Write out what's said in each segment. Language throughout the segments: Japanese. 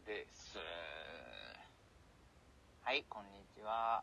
です。 はい、こんにちは。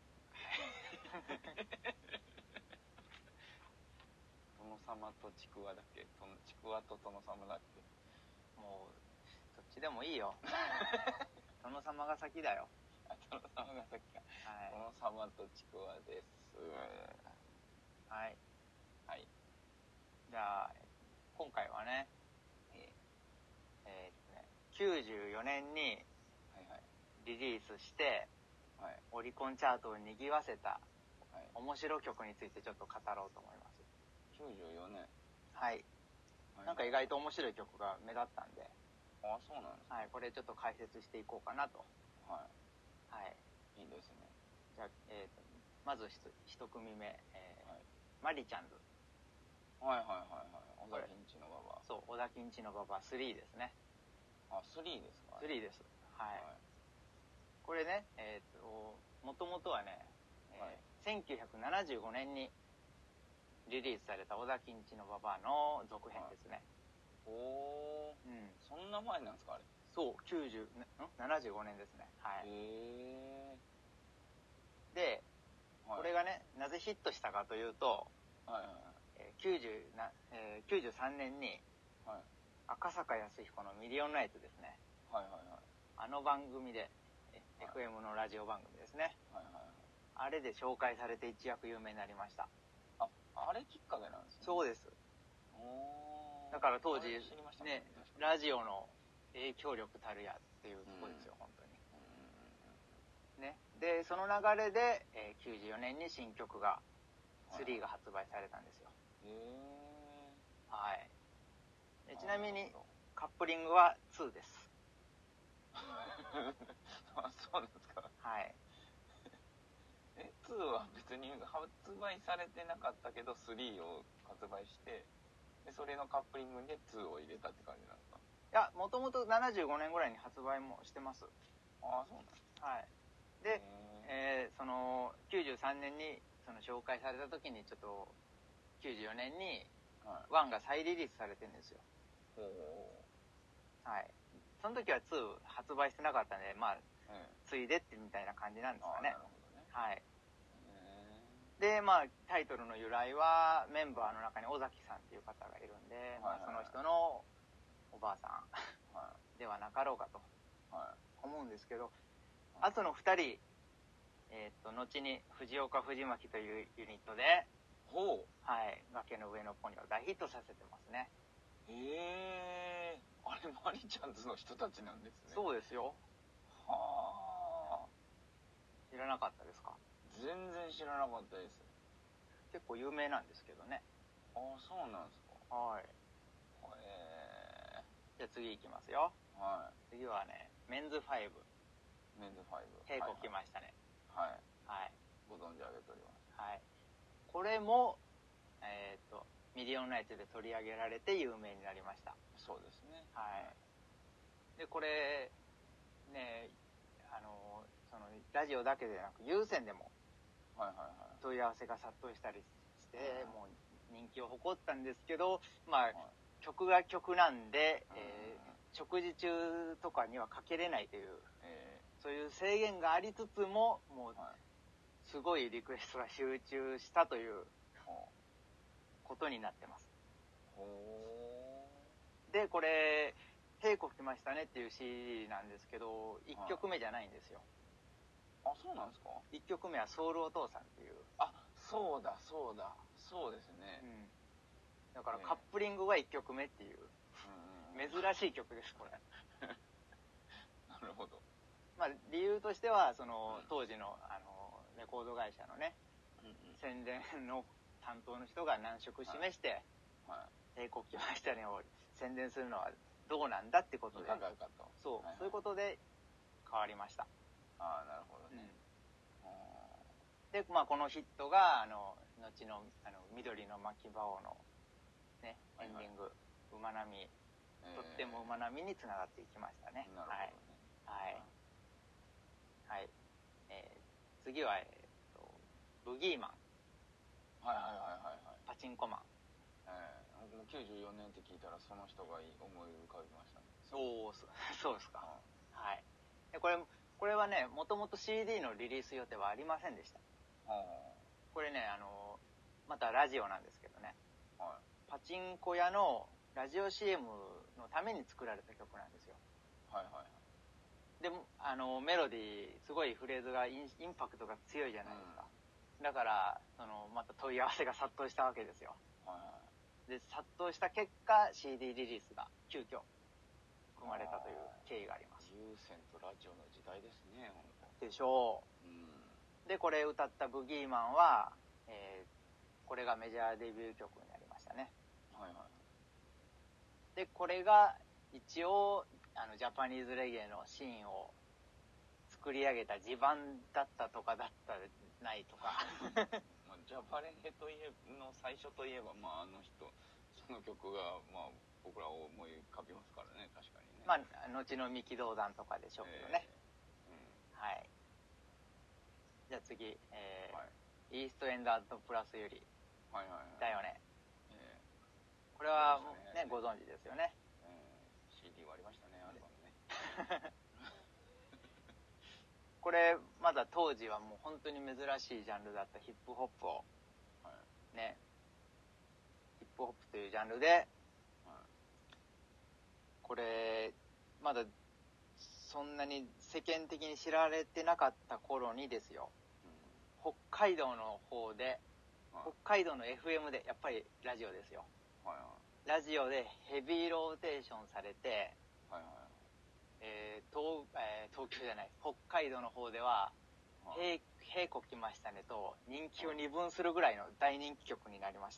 殿様とちくわだっけ？ちくわと殿様だっけ？ もう、どっちでもいいよ。殿様が先だよ。 殿様が先か。 はい。 殿様とちくわです。 はい。 はい。 じゃあ、今回はね、94年にリリースして、 はい、 オリコンチャートを賑わせた、 はい、 面白曲についてちょっと語ろうと思います。 94年。 はい。なんか意外と面白い曲が目立ったんで。 あ、そうなんですか。 はい、これちょっと解説していこうかなと。 はい。 はい。 いいですね。 じゃあ、まず一組目、 はい、 マリちゃんズ。 はいはいはいはい。小田金地の馬場。 そう、小田金地の馬場3ですね。 あ、3ですか？ 3です。はい。 はい、 これね、もともとはね、1975年にリリースされた小田金地の馬場の続編ですね。 はい、おー、そんな前なんですかあれ？ そう、75年ですね。はい。で、これがね、なぜヒットしたかというと、93年に、赤坂康彦のミリオンナイツですね。あの番組で、FM のラジオ番組ですね。あれで紹介されて一躍有名になりました。 あれきっかけなんですね。 そうです。だから当時、ね、ラジオの影響力たるやっていうところですよ、本当に。ね。で、その流れで、94年に新曲が、3が発売されたんですよ。はい。ちなみに、カップリングは2です。 あ、そうなんですか。 はい。 2は別に発売されてなかったけど、3を発売して、で、それのカップリングで2を入れたって感じなんですか？ いや、もともと75年ぐらいに発売もしてます。 ああ、そうなんですか。はい。で、その、93年に、その紹介された時に、ちょっと、94年に、1が再リリースされてるんですよ。はい。その時は2発売してなかったんで、まあ、ついでってみたいな感じなんですかね。 なるほどね。 はい。で、まあ、タイトルの由来は、メンバーの中に尾崎さんっていう方がいるんで、まあ、その人のおばあさんではなかろうかと思うんですけど、あとの二人、後に藤岡藤巻というユニットで、はい、崖の上のポニーを大ヒットさせてますね。 あれマリちゃんズの人たちなんですね。 そうですよ。 はあ。 知らなかったですか？ 全然知らなかったです。 結構有名なんですけどね。 ああ、そうなんですか。 はい。じゃあ次行きますよ。 はい。 次はね、メンズ5。 メンズ5。 稽古来ましたね。 はい。 はい。 ご存知あげております。 はい。これも、ミリオンナイツで取り上げられて有名になりました。 そうですね。 はい。で、これ、ね、その、ラジオだけでなく、有線でも、問い合わせが殺到したりして、もう人気を誇ったんですけど、まあ、曲が曲なんで、食事中とかにはかけれないという、そういう制限がありつつも、もう、すごいリクエストが集中したということになってます。で、これ、稽古来ましたねっていう CD なんですけど、1曲目じゃないんですよ。 あ、そうなんですか？1 曲目はソウルお父さんっていう。 あ、そうだ、そうだ。そうですね。 だからカップリングが1曲目っていう、珍しい曲です、これ。 なるほど。 まあ、理由としては、その、当時の、レコード会社のね、宣伝の担当の人が難色示して、稽古来ましたねを宣伝するのはどうなんだってことで、そう、そういうことで変わりました。 ああ、なるほどね。 で、まあ、このヒットが、後の、緑の巻き場王の、ね、エンディング、馬並み、とっても馬並みにつながっていきましたね。 なるほどね。 はい。はい。次は、ブギーマン。パチンコマン。 もう94年って聞いたらその人が思い浮かびましたね。 そうですか。ははい。で、これはね、もともと CD のリリース予定はありませんでした。これね、またラジオなんですけどね。はい。パチンコ屋のラジオ CM のために作られた曲なんですよ。はいはいはい。で、メロディー、すごいフレーズがインパクトが強いじゃないですか。うん、だから、また問い合わせが殺到したわけですよ。はいはい。で、殺到した結果、CD リリースが急遽生まれたという経緯があります。 有線とラジオの時代ですね、本当。でしょう。うん。で、これ歌ったブギーマンは、これがメジャーデビュー曲になりましたね。はいはい。で、これが一応、ジャパニーズレゲエのシーンを作り上げた地盤だったとかだったないとか。 まあ、ジャパレゲの最初といえば、まあ、あの人、その曲が、まあ、僕ら思い浮かびますからね、確かにね。 まあ、後の三木道山とかでしょうけどね。うん、はい。じゃあ次、はい、イーストエンドアットプラスより、はいはいはい、だよね。これはね、ご存知ですよね。 CD 割りましたね、アルバムね。 これ、まだ当時はもう本当に珍しいジャンルだったヒップホップを、はい、ね、ヒップホップというジャンルで、はい、これ、まだそんなに世間的に知られてなかった頃にですよ、うん、北海道の方で、はい、北海道の FM で、やっぱりラジオですよ。はいはい、ラジオでヘビーローテーションされて、はいはい、東京じゃない、北海道の方では、へいこ来ましたねと、人気を二分するぐらいの大人気曲になりました。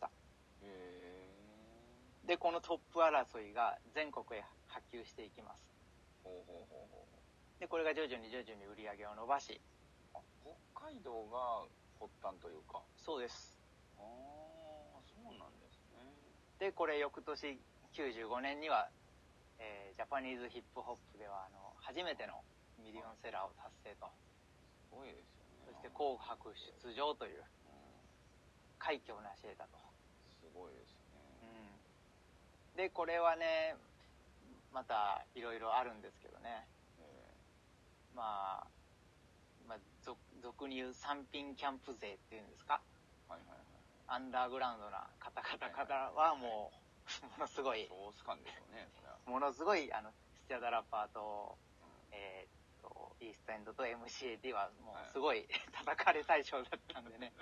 で、このトップ争いが全国へ波及していきます。で、これが徐々に売り上げを伸ばし。 北海道が発端というか。 そうです。 そうなんですね。 で、これ翌年95年には、ジャパニーズヒップホップでは初めてのミリオンセラーを達成と。 すごいですよね。 そして紅白出場という快挙を成し得たと。 すごいですね。 うん。で、これはね、またいろいろあるんですけどね。まあ、俗に言う三品キャンプ勢っていうんですか。はいはいはい。アンダーグラウンドな方々はもう、ものすごい。 ソース感でしょうね、それは。 ものすごい、スチャダラッパーと、イーストエンドと MCAT はもうすごい叩かれ対象だったんでね。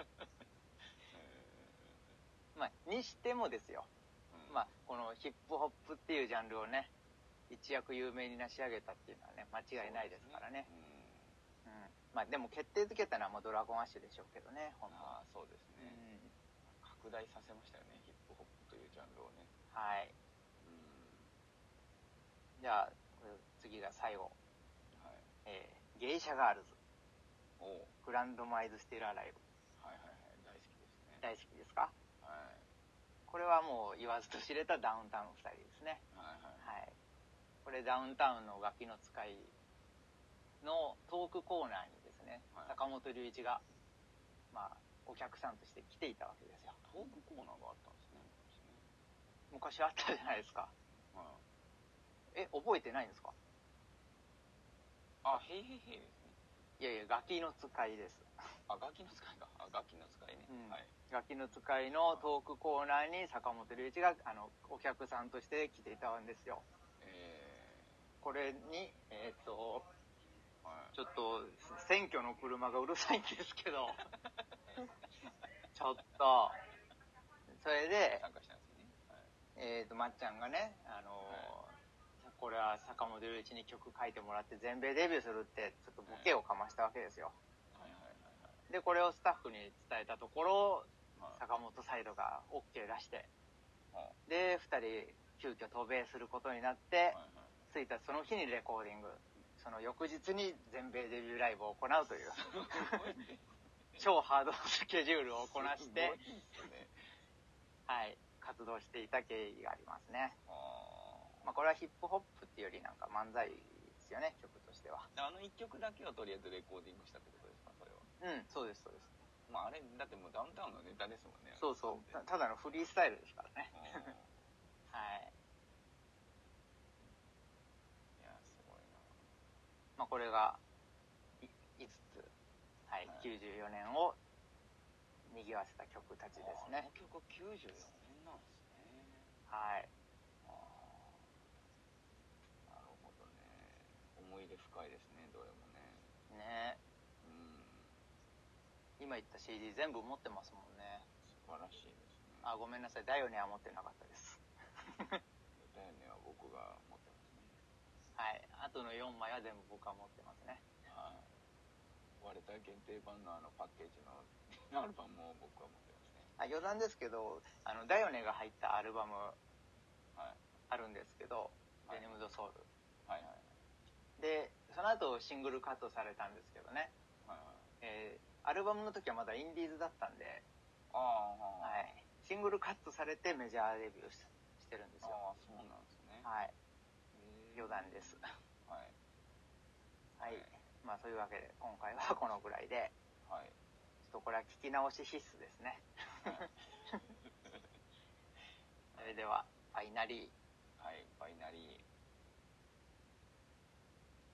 まあ、にしてもですよ。まあ、このヒップホップっていうジャンルをね、一躍有名に成し上げたっていうのはね、間違いないですからね。うん。まあ、でも決定づけたのはもうドラゴンアッシュでしょうけどね、本当は。 そうですね。拡大させましたよね、ヒップホップというジャンルをね。 はい。じゃあ、次が最後。はい。ゲイシャガールズ。グランドマイズステラーライブ。 はいはいはい。大好きですね。 大好きですか？はい。これはもう言わずと知れたダウンタウン2人ですね。はいはい。はい。これダウンタウンのガキの使いのトークコーナーにですね、はい、坂本龍一が、まあ、お客さんとして来ていたわけですよ。 トークコーナーがあったんですね、 昔あったじゃないですか。はい。覚えてないんですか？ へいへいへいですね。 いやいや、ガキの使いです。 ガキの使いか。ガキの使いね。うん、はい。 ガキの使いのトークコーナーに坂本龍一が、お客さんとして来ていたんですよ。これに、ちょっと、選挙の車がうるさいんですけど、ちょっと、それで、 参加したんですね。 まっちゃんがね、これは坂本龍一に曲書いてもらって全米デビューするって、ちょっとボケをかましたわけですよ。で、これをスタッフに伝えたところ、坂本サイドが OK 出して、で、二人、急遽渡米することになって、着いたその日にレコーディング、その翌日に全米デビューライブを行うという、超ハードスケジュールをこなして、はい、活動していた経緯がありますね。まあ、これはヒップホップっていうよりなんか漫才ですよね、曲としては。 一曲だけをとりあえずレコーディングしたってことですか、それは。 うん、そうです、そうです。 まあ、あれ、だってもうダウンタウンのネタですもんね。 そうそう。ただのフリースタイルですからね。はい。 いや、すごいな。 まあ、これが5つ、はい、94年を賑わせた曲たちですね。 この曲94年なんですね。 はい。 なるほどね。思い出深いですね、どれもね。 ね。今言った CD 全部持ってますもんね。 素晴らしいですね。 あ、ごめんなさい。ダイオネは持ってなかったです。 ダイオネは僕が持ってますね。 はい。あとの4枚は全部僕は持ってますね。 はい。割れた限定版のパッケージのアルバムも僕は持ってますね。 余談ですけど、ダイオネが入ったアルバム、 はい、 あるんですけど、 はい、 デニムドソウル。 はいはい。 で、その後シングルカットされたんですけどね。 はいはい。 アルバムの時はまだインディーズだったんで、はい。シングルカットされてメジャーデビューしてるんですよ。 ああ、そうなんですね。 はい。余談です。 はい。 はい。まあ、そういうわけで、今回はこのぐらいで、 はい。 ちょっとこれは聞き直し必須ですね。はい、それでは、バイナリー。 はい、バイナリー。